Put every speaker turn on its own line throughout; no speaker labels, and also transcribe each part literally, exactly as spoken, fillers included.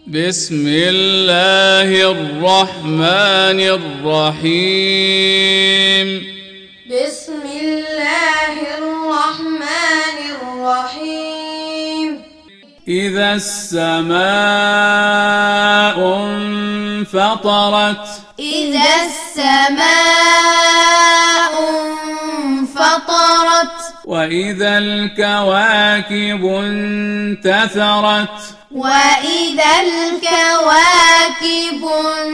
بسم الله الرحمن الرحيم
بسم الله الرحمن الرحيم
إذا السماء انفطرت
إذا السماء انفطرت
وإذا الكواكب انتثرت
وإذا الكواكب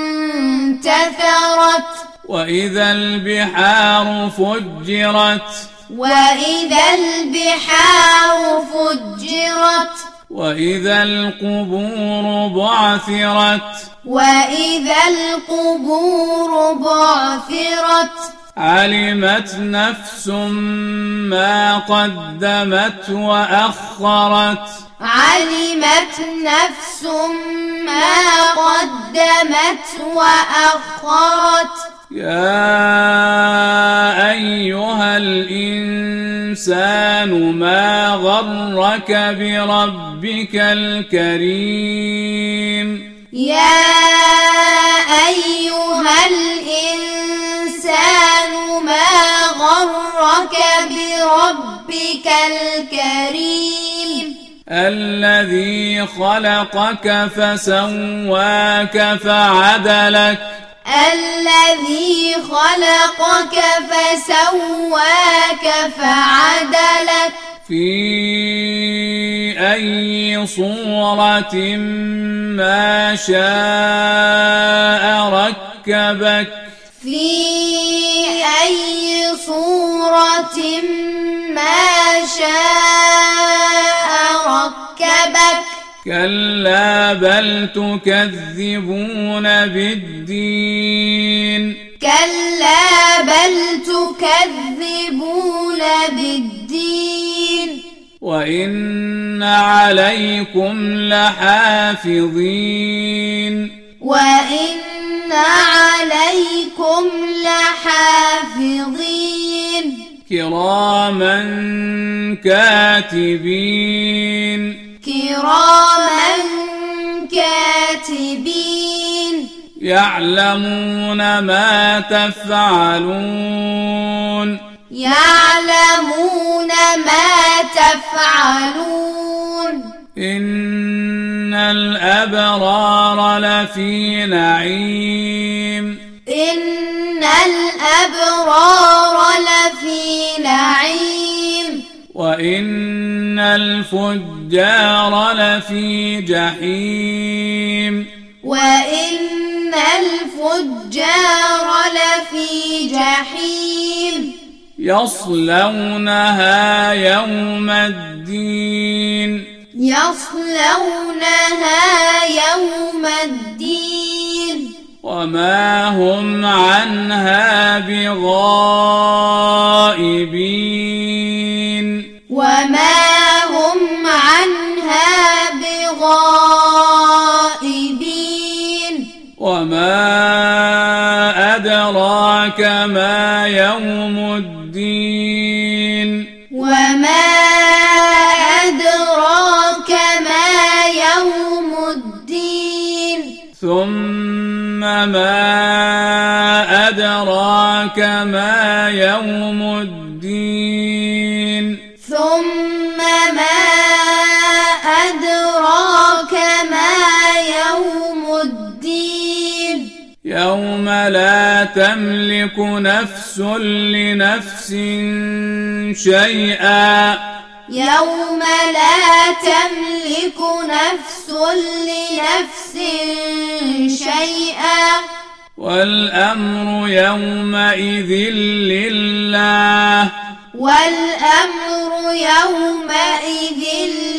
انتثرت
وإذا البحار فجرت
وإذا البحار فجرت
وإذا القبور بعثرت
وإذا القبور بعثرت
علمت نفس ما قدمت وأخرت
علمت نفس ما قدمت وأخرت
يا أيها الإنسان ما غرك بربك الكريم
يا أيها الإنسان ما غرك بربك الكريم
الذي خلقك فسواك فعدلك
الذي خلقك فسواك فعدلك
في أي صورة ما شاء ركبك
في أي صورة ما شاء ركبك
كلا بل تكذبون بالدين
كلا بل تكذبون بالدين
وإن عليكم لحافظين
وإن عليكم لحافظين
كراما كاتبين
كراما كاتبين
يعلمون ما تفعلون
يعلمون ما تفعلون
إن الأبرار لفي نعيم
إن الأبرار لفي نعيم
وإن الفجار لفي جحيم
وإن الفجار لفي جحيم
يصلونها يوم الدين
يصلونها يوم الدين
وما هم عنها بغائبين
وما هم عنها بغائبين
وما أدراك ما يوم الدين
وما أدراك ما يوم الدين
ثم ما أدراك ما يوم الدين
ثم ما أدراك ما يوم الدين
يوم لا تملك نفس لنفس شيئا
يوم لا تملك نفس لنفس شيئا
والأمر يومئذ لله
والأمر يومئذ